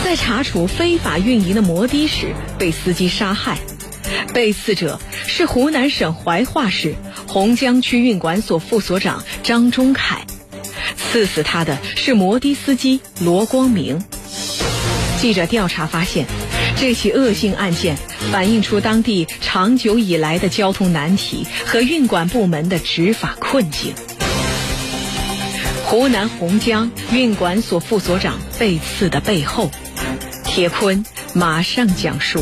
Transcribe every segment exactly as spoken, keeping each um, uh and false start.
在查处非法运营的摩的时被司机杀害。被刺者是湖南省怀化市洪江区运管所副所长张忠凯，刺死他的是摩的司机罗光明。记者调查发现，这起恶性案件反映出当地长久以来的交通难题和运管部门的执法困境。湖南洪江运管所副所长被刺的背后，铁坤马上讲述。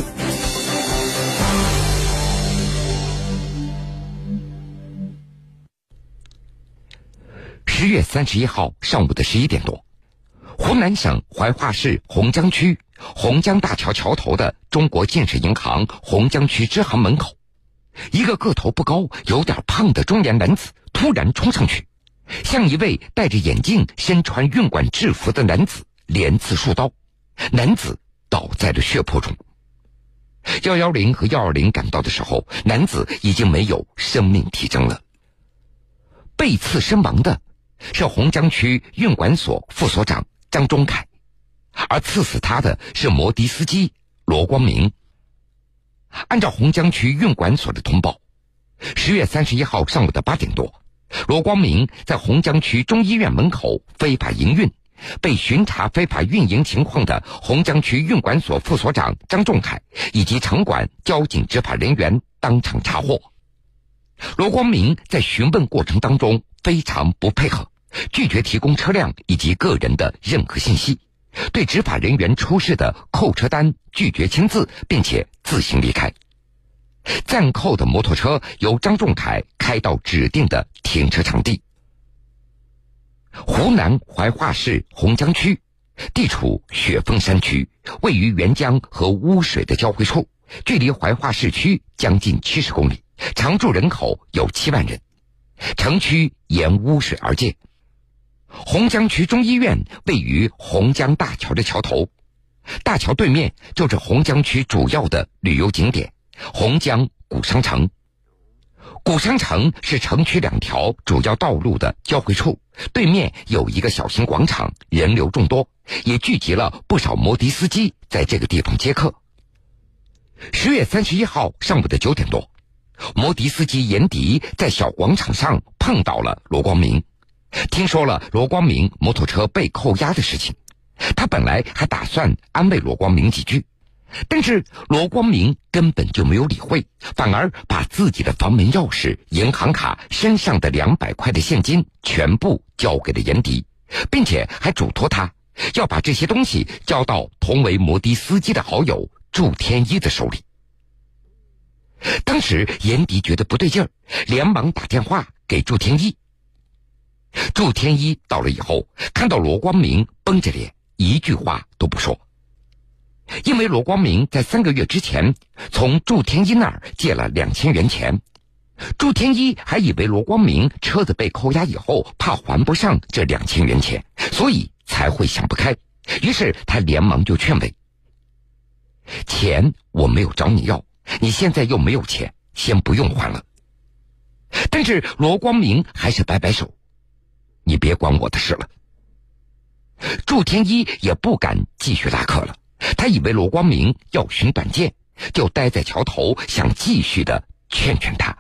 十月三十一号上午的十一点多，湖南省怀化市洪江区洪江大桥桥头的中国建设银行洪江区支行门口，一个个头不高、有点胖的中年男子突然冲上去，向一位戴着眼镜、身穿运管制服的男子连刺数刀，男子倒在了血泊中。一一零和一二零赶到的时候，男子已经没有生命体征了。被刺身亡的是洪江区运管所副所长张忠凯，而刺死他的是摩的司机罗光明。按照洪江区运管所的通报，十月三十一号上午的八点多，罗光明在洪江区中医院门口非法营运，被巡查非法运营情况的洪江区运管所副所长张仲凯以及城管、交警执法人员当场查获。罗光明在询问过程当中非常不配合，拒绝提供车辆以及个人的任何信息，对执法人员出示的扣车单拒绝签字，并且自行离开。暂扣的摩托车由张仲凯开到指定的停车场地。湖南怀化市洪江区地处雪峰山区，位于沅江和污水的交汇处，距离怀化市区将近七十公里，常住人口有七万人，城区沿污水而建。洪江区中医院位于洪江大桥的桥头，大桥对面就是洪江区主要的旅游景点洪江古商城。古商城是城区两条主要道路的交汇处，对面有一个小型广场，人流众多，也聚集了不少摩的司机在这个地方接客。十月三十一号上午的九点多，摩的司机严迪在小广场上碰到了罗光明，听说了罗光明摩托车被扣押的事情，他本来还打算安慰罗光明几句，但是罗光明根本就没有理会，反而把自己的房门钥匙、银行卡、身上的两百块的现金全部交给了严迪，并且还嘱托他要把这些东西交到同为摩的司机的好友祝天一的手里。当时严迪觉得不对劲儿，连忙打电话给祝天一。祝天一到了以后，看到罗光明绷着脸，一句话都不说。因为罗光明在三个月之前从祝天一那儿借了两千元钱，祝天一还以为罗光明车子被扣押以后怕还不上这两千元钱，所以才会想不开，于是他连忙就劝慰：钱我没有找你要，你现在又没有钱，先不用还了。但是罗光明还是摆摆手：你别管我的事了。祝天一也不敢继续拉客了，他以为罗光明要寻短见，就待在桥头想继续的劝劝他。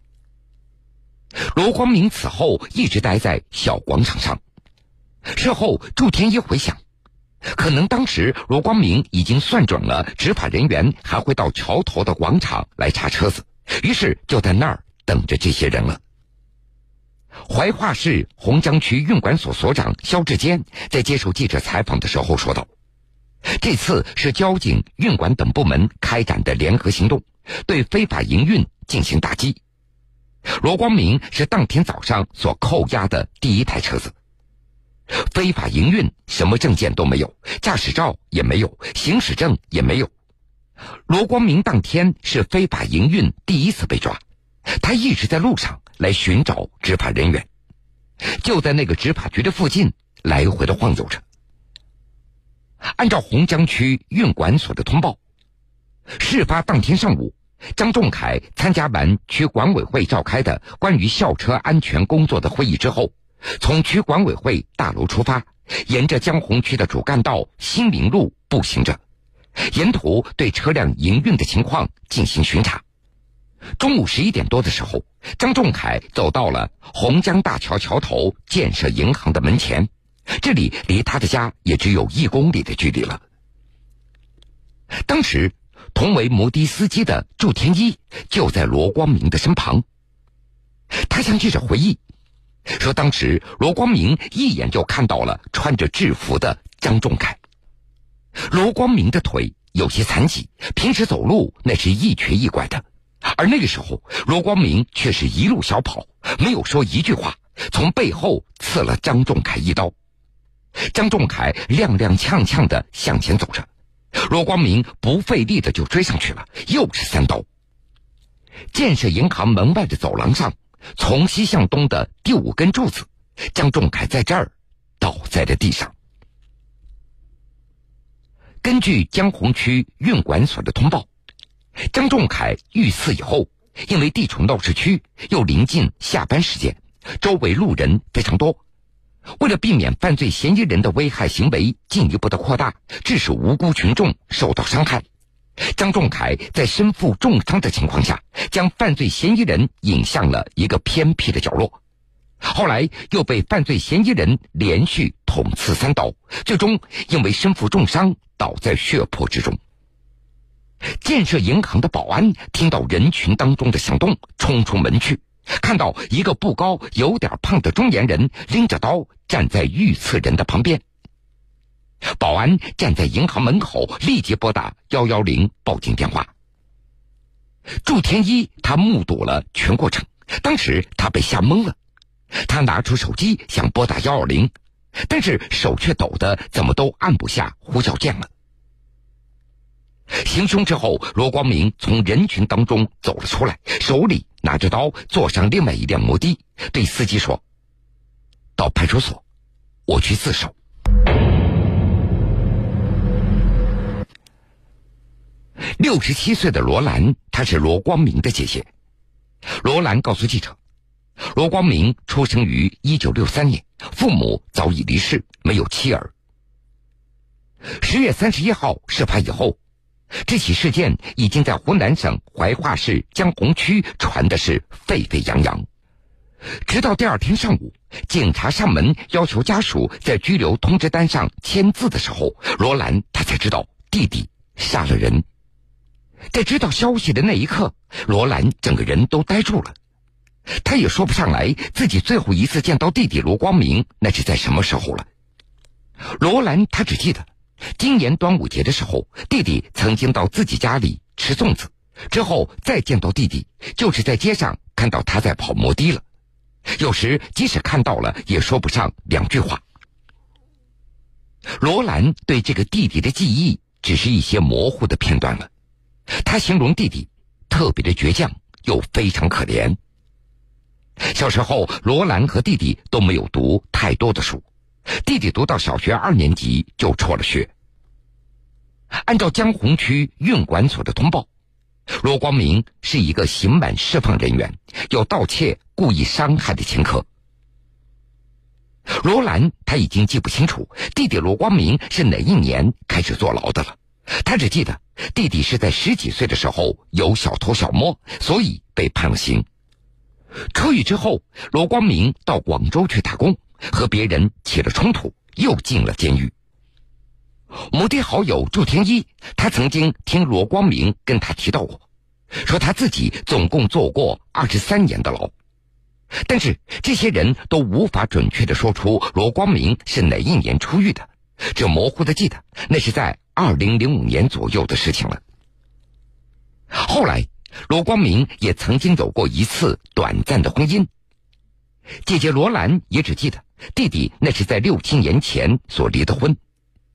罗光明此后一直待在小广场上。事后祝天一回想，可能当时罗光明已经算准了执法人员还会到桥头的广场来查车子，于是就在那儿等着这些人了。怀化市洪江区运管所所长肖志坚在接受记者采访的时候说道，这次是交警、运管等部门开展的联合行动，对非法营运进行打击。罗光明是当天早上所扣押的第一台车子，非法营运什么证件都没有，驾驶照也没有，行驶证也没有。罗光明当天是非法营运第一次被抓，他一直在路上来寻找执法人员，就在那个执法局的附近来回的晃悠着。按照洪江区运管所的通报，事发当天上午，张仲凯参加完区管委会召开的关于校车安全工作的会议之后，从区管委会大楼出发， 沿着江洪区的主干道新民路步行着，沿途对车辆营运的情况进行巡查。中午十一点多的时候，张仲恺走到了洪江大桥桥头建设银行的门前，这里离他的家也只有一公里的距离了。当时同为摩的司机的祝天一就在罗光明的身旁。他向记者回忆说，当时罗光明一眼就看到了穿着制服的张仲恺。罗光明的腿有些残疾，平时走路那是一瘸一拐的，而那个时候罗光明却是一路小跑，没有说一句话，从背后刺了张仲恺一刀。张仲恺踉踉跄跄地向前走着，罗光明不费力的就追上去了，又是三刀。建设银行门外的走廊上，从西向东的第五根柱子，张仲恺在这儿倒在了地上。根据江洪区运管所的通报，张仲恺遇刺以后，因为地处闹市区，又临近下班时间，周围路人非常多。为了避免犯罪嫌疑人的危害行为进一步的扩大，致使无辜群众受到伤害，张仲恺在身负重伤的情况下，将犯罪嫌疑人引向了一个偏僻的角落。后来又被犯罪嫌疑人连续捅刺三刀，最终因为身负重伤倒在血泊之中。建设银行的保安听到人群当中的响动，冲出门去，看到一个不高有点胖的中年人拎着刀站在遇刺人的旁边。保安站在银行门口，立即拨打一一零报警电话。祝天一他目睹了全过程，当时他被吓懵了，他拿出手机想拨打一一零，但是手却抖得怎么都按不下呼叫键了。行凶之后，罗光明从人群当中走了出来，手里拿着刀，坐上另外一辆摩的，对司机说：“到派出所，我去自首。”六十七岁的罗兰，她是罗光明的姐姐。罗兰告诉记者，罗光明出生于一九六三年，父母早已离世，没有妻儿。十月三十一号事发以后，这起事件已经在湖南省怀化市江洪区传的是沸沸扬扬。直到第二天上午，警察上门要求家属在拘留通知单上签字的时候，罗兰她才知道弟弟杀了人。在知道消息的那一刻，罗兰整个人都呆住了。他也说不上来自己最后一次见到弟弟罗光明那是在什么时候了。罗兰他只记得今年端午节的时候，弟弟曾经到自己家里吃粽子，之后再见到弟弟就是在街上看到他在跑摩的了，有时即使看到了也说不上两句话。罗兰对这个弟弟的记忆只是一些模糊的片段了，他形容弟弟特别的倔强又非常可怜。小时候罗兰和弟弟都没有读太多的书，弟弟读到小学二年级就辍了学。按照江洪区运管所的通报，罗光明是一个刑满释放人员，有盗窃、故意伤害的前科。罗兰他已经记不清楚弟弟罗光明是哪一年开始坐牢的了，他只记得弟弟是在十几岁的时候有小偷小摸，所以被判了刑。出狱之后，罗光明到广州去打工，和别人起了冲突，又进了监狱。摩的好友祝天一，他曾经听罗光明跟他提到过，说他自己总共坐过二十三年的牢。但是这些人都无法准确地说出罗光明是哪一年出狱的，只模糊地记得那是在二零零五年左右的事情了。后来罗光明也曾经有过一次短暂的婚姻，姐姐罗兰也只记得弟弟那是在六七年前所离的婚。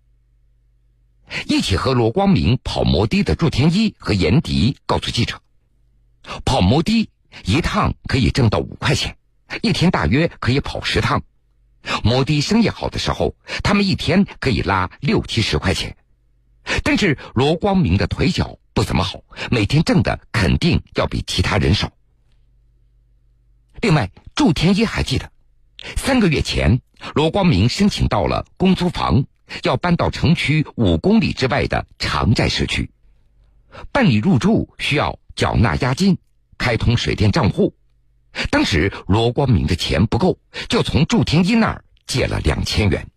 一起和罗光明跑摩的的祝天一和严迪告诉记者，跑摩的一趟可以挣到五块钱，一天大约可以跑十趟。摩的生意好的时候，他们一天可以拉六七十块钱。但是罗光明的腿脚不怎么好，每天挣的肯定要比其他人少。另外祝天一还记得， 三个月前，罗光明申请到了公租房，要搬到城区五公里之外的常寨社区。办理入住需要缴纳押金，开通水电账户。当时罗光明的钱不够，就从祝天一那儿借了两千元。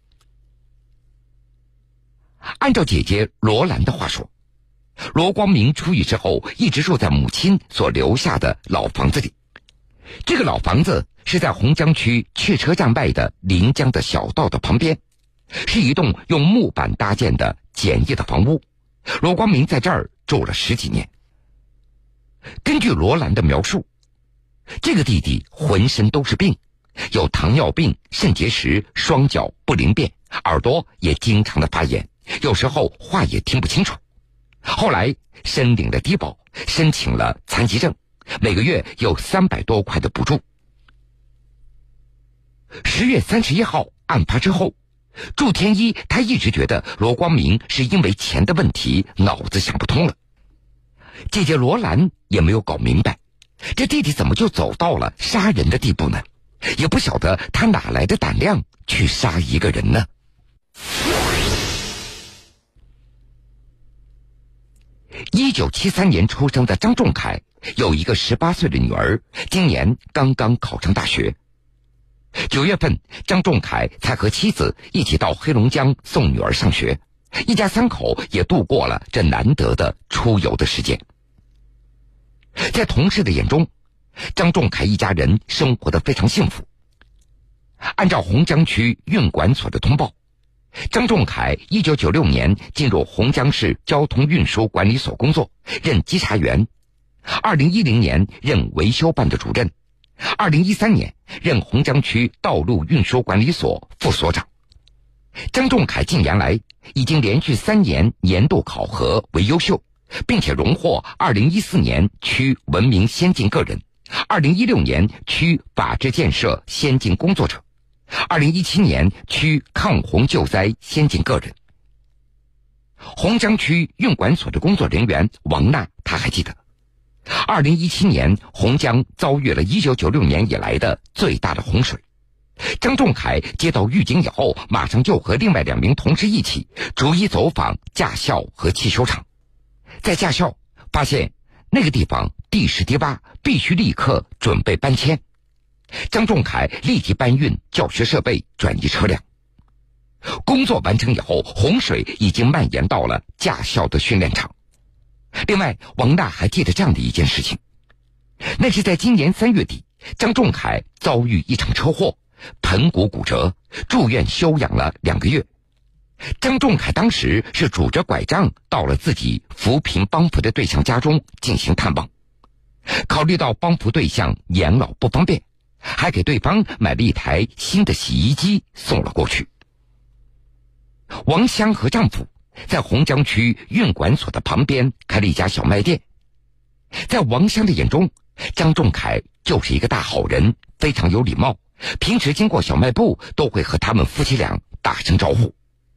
按照姐姐罗兰的话说，罗光明出狱之后一直住在母亲所留下的老房子里。这个老房子是在洪江区汽车站外的临江的小道的旁边，是一栋用木板搭建的简易的房屋。罗光明在这儿住了十几年。根据罗兰的描述，这个弟弟浑身都是病，有糖尿病、肾结石，双脚不灵便，耳朵也经常的发炎，有时候话也听不清楚。后来申领了低保，申请了残疾证，每个月有三百多块的补助。十月三十一号案发之后，祝天一他一直觉得罗光明是因为钱的问题脑子想不通了。姐姐罗兰也没有搞明白，这弟弟怎么就走到了杀人的地步呢？也不晓得他哪来的胆量去杀一个人呢？一九七三年出生的张仲凯有一个十八岁的女儿，今年刚刚考上大学。九月份，张仲凯才和妻子一起到黑龙江送女儿上学，一家三口也度过了这难得的出游的时间。在同事的眼中，张仲凯一家人生活得非常幸福。按照洪江区运管所的通报，张仲凯一九九六年进入洪江市交通运输管理所工作，任稽查员。二零一零年任维修办的主任。二零一三年任洪江区道路运输管理所副所长。张仲凯近年来已经连续三年年度考核为优秀，并且荣获二零一四年区文明先进个人，二零一六年区法治建设先进工作者，二零一七年区抗洪救灾先进个人。洪江区运管所的工作人员王娜他还记得，二零一七年洪江遭遇了一九九六年以来的最大的洪水。张仲凯接到预警以后，马上就和另外两名同事一起逐一走访驾校和汽修厂。在驾校发现那个地方地势低洼，必须立刻准备搬迁。张仲凯立即搬运教学设备，转移车辆。工作完成以后，洪水已经蔓延到了驾校的训练场。另外，王娜还记得这样的一件事情，那是在今年三月底，张仲凯遭遇一场车祸，盆骨骨折，住院休养了两个月。张仲凯当时是拄着拐杖到了自己扶贫帮扶的对象家中进行探望，考虑到帮扶对象年老不方便，还给对方买了一台新的洗衣机送了过去。王香和丈夫在洪江区运管所的旁边开了一家小卖店。在王香的眼中，张仲凯就是一个大好人，非常有礼貌，平时经过小卖部都会和他们夫妻俩打声招呼。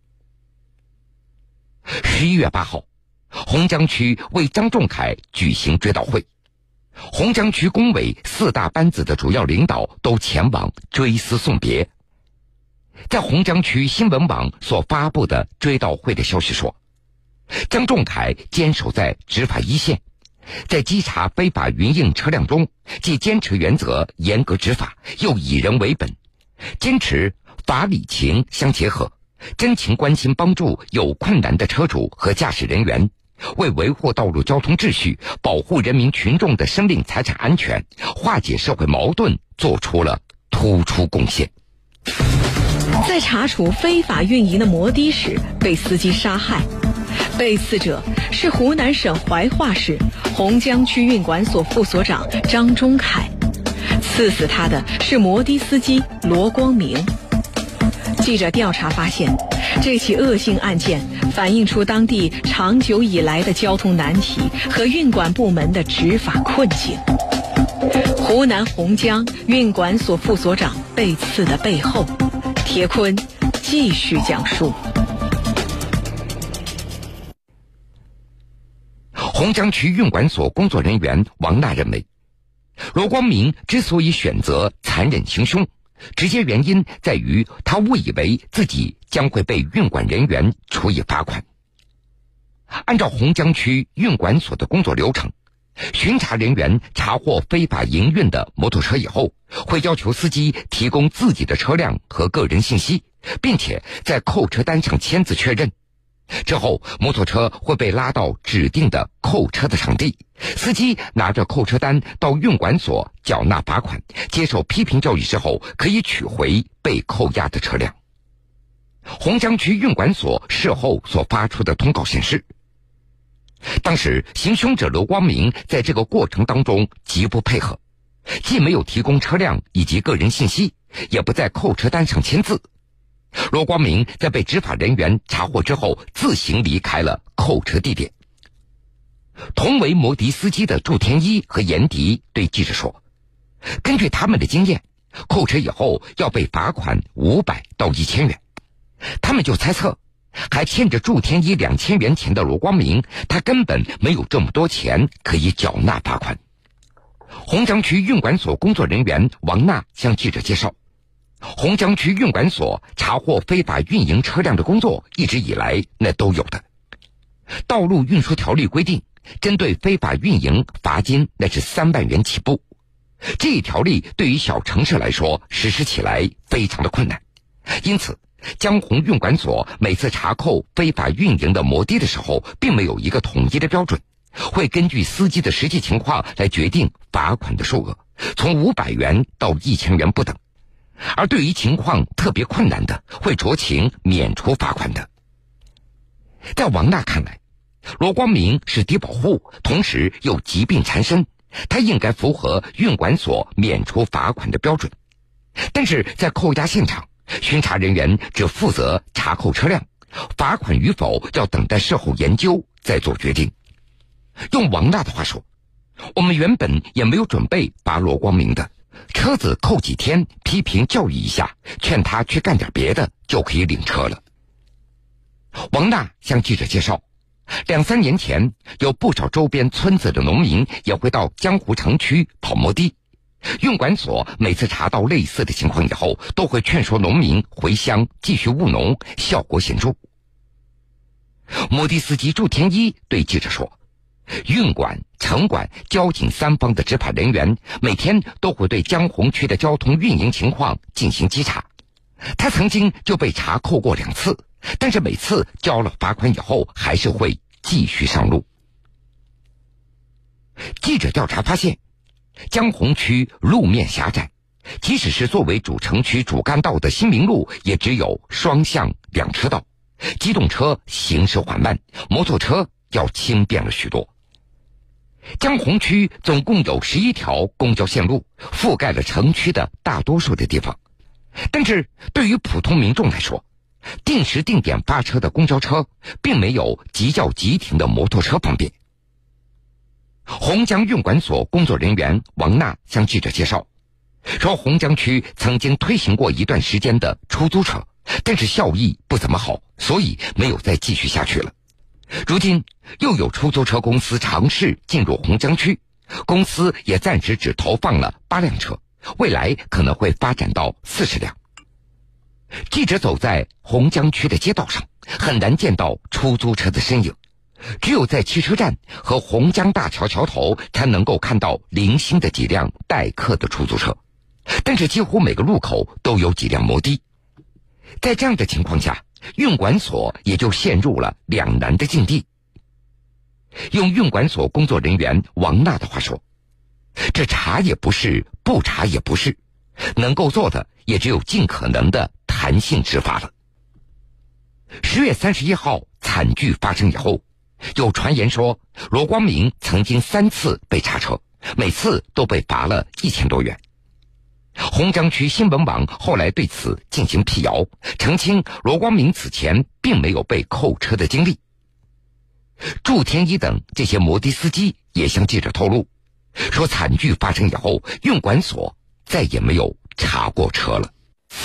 十一月八号，洪江区为张仲凯举行追悼会，洪江区工委四大班子的主要领导都前往追思送别。在洪江区新闻网所发布的追悼会的消息说，张仲凯坚守在执法一线，在稽查非法云印车辆中，既坚持原则严格执法，又以人为本，坚持法理情相结合，真情关心帮助有困难的车主和驾驶人员，为维护道路交通秩序，保护人民群众的生命财产安全，化解社会矛盾做出了突出贡献。 在查处非法运营的摩的时被司机杀害，被刺者是湖南省怀化市洪江区运管所副所长张忠凯，刺死他的是摩的司机罗光明。记者调查发现，这起恶性案件反映出当地长久以来的交通难题和运管部门的执法困境。湖南洪江运管所副所长被刺的背后，铁坤继续讲述。 洪江区运管所工作人员王娜认为，罗光明之所以选择残忍行凶， 直接原因在于他误以为自己将会被运管人员处以罚款。按照洪江区运管所的工作流程，巡查人员查获非法营运的摩托车以后，会要求司机提供自己的车辆和个人信息，并且在扣车单上签字确认。之后，摩托车会被拉到指定的扣车的场地，司机拿着扣车单到运管所缴纳罚款，接受批评教育之后，可以取回被扣押的车辆。洪江区运管所事后所发出的通告显示，当时行凶者刘光明在这个过程当中极不配合，既没有提供车辆以及个人信息，也不在扣车单上签字。罗光明在被执法人员查获之后，自行离开了扣车地点。同为摩的司机的祝天一和严迪对记者说，根据他们的经验，扣车以后要被罚款五百到一千元。他们就猜测，还欠着祝天一两千元钱的罗光明，他根本没有这么多钱可以缴纳罚款。洪江区运管所工作人员王娜向记者介绍，洪江区运管所查获非法运营车辆的工作一直以来那都有的。道路运输条例规定，针对非法运营罚金那是三万元起步。这一条例对于小城市来说实施起来非常的困难，因此江洪运管所每次查扣非法运营的摩的的时候，并没有一个统一的标准，会根据司机的实际情况来决定罚款的数额，从五百元到一千元不等。而对于情况特别困难的，会酌情免除罚款的。在王娜看来，罗光明是低保户，同时又疾病缠身，他应该符合运管所免除罚款的标准。但是在扣押现场，巡查人员只负责查扣车辆，罚款与否要等待事后研究再做决定。用王娜的话说，我们原本也没有准备罚罗光明的，车子扣几天，批评教育一下，劝他去干点别的，就可以领车了。王娜向记者介绍，两三年前有不少周边村子的农民也会到江湖城区跑摩的，运管所每次查到类似的情况以后，都会劝说农民回乡继续务农，效果显著。摩的司机祝天一对记者说，运管、城管、交警三方的执法人员每天都会对江洪区的交通运营情况进行稽查。他曾经就被查扣过两次，但是每次交了罚款以后，还是会继续上路。记者调查发现，江洪区路面狭窄，即使是作为主城区主干道的新民路，也只有双向两车道，机动车行驶缓慢，摩托车要轻便了许多。江洪区总共有十一条公交线路，覆盖了城区的大多数的地方。但是对于普通民众来说，定时定点发车的公交车并没有即叫即停的摩托车方便。洪江运管所工作人员王娜向记者介绍说，洪江区曾经推行过一段时间的出租车，但是效益不怎么好，所以没有再继续下去了。如今又有出租车公司尝试进入洪江区，公司也暂时只投放了八辆车，未来可能会发展到四十辆。记者走在洪江区的街道上，很难见到出租车的身影，只有在汽车站和洪江大桥桥头才能够看到零星的几辆代客的出租车，但是几乎每个路口都有几辆摩的。在这样的情况下，运管所也就陷入了两难的境地。用运管所工作人员王娜的话说，这查也不是，不查也不是，能够做的也只有尽可能的弹性执法了。十月三十一号惨剧发生以后，有传言说罗光明曾经三次被查车，每次都被罚了一千多元。洪江区新闻网后来对此进行辟谣，澄清罗光明此前并没有被扣车的经历。祝天一等这些摩的司机也向记者透露，说惨剧发生以后，运管所再也没有查过车了。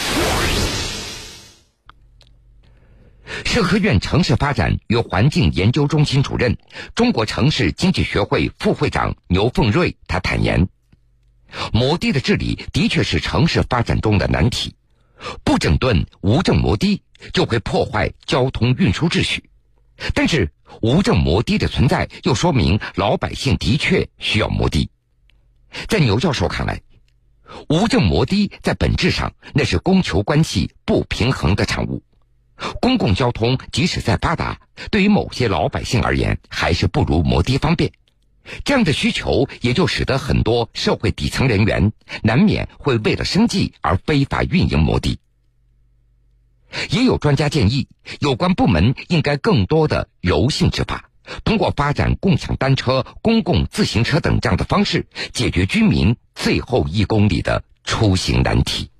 社科院城市发展与环境研究中心主任、中国城市经济学会副会长牛凤瑞他坦言， 摩的的治理的确是城市发展中的难题，不整顿无证摩的就会破坏交通运输秩序。但是无证摩的的存在又说明老百姓的确需要摩的。在牛教授看来，无证摩的在本质上那是供求关系不平衡的产物。公共交通即使再发达，对于某些老百姓而言还是不如摩的方便。这样的需求也就使得很多社会底层人员难免会为了生计而非法运营摩的。也有专家建议，有关部门应该更多的柔性执法，通过发展共享单车、公共自行车等这样的方式，解决居民最后一公里的出行难题。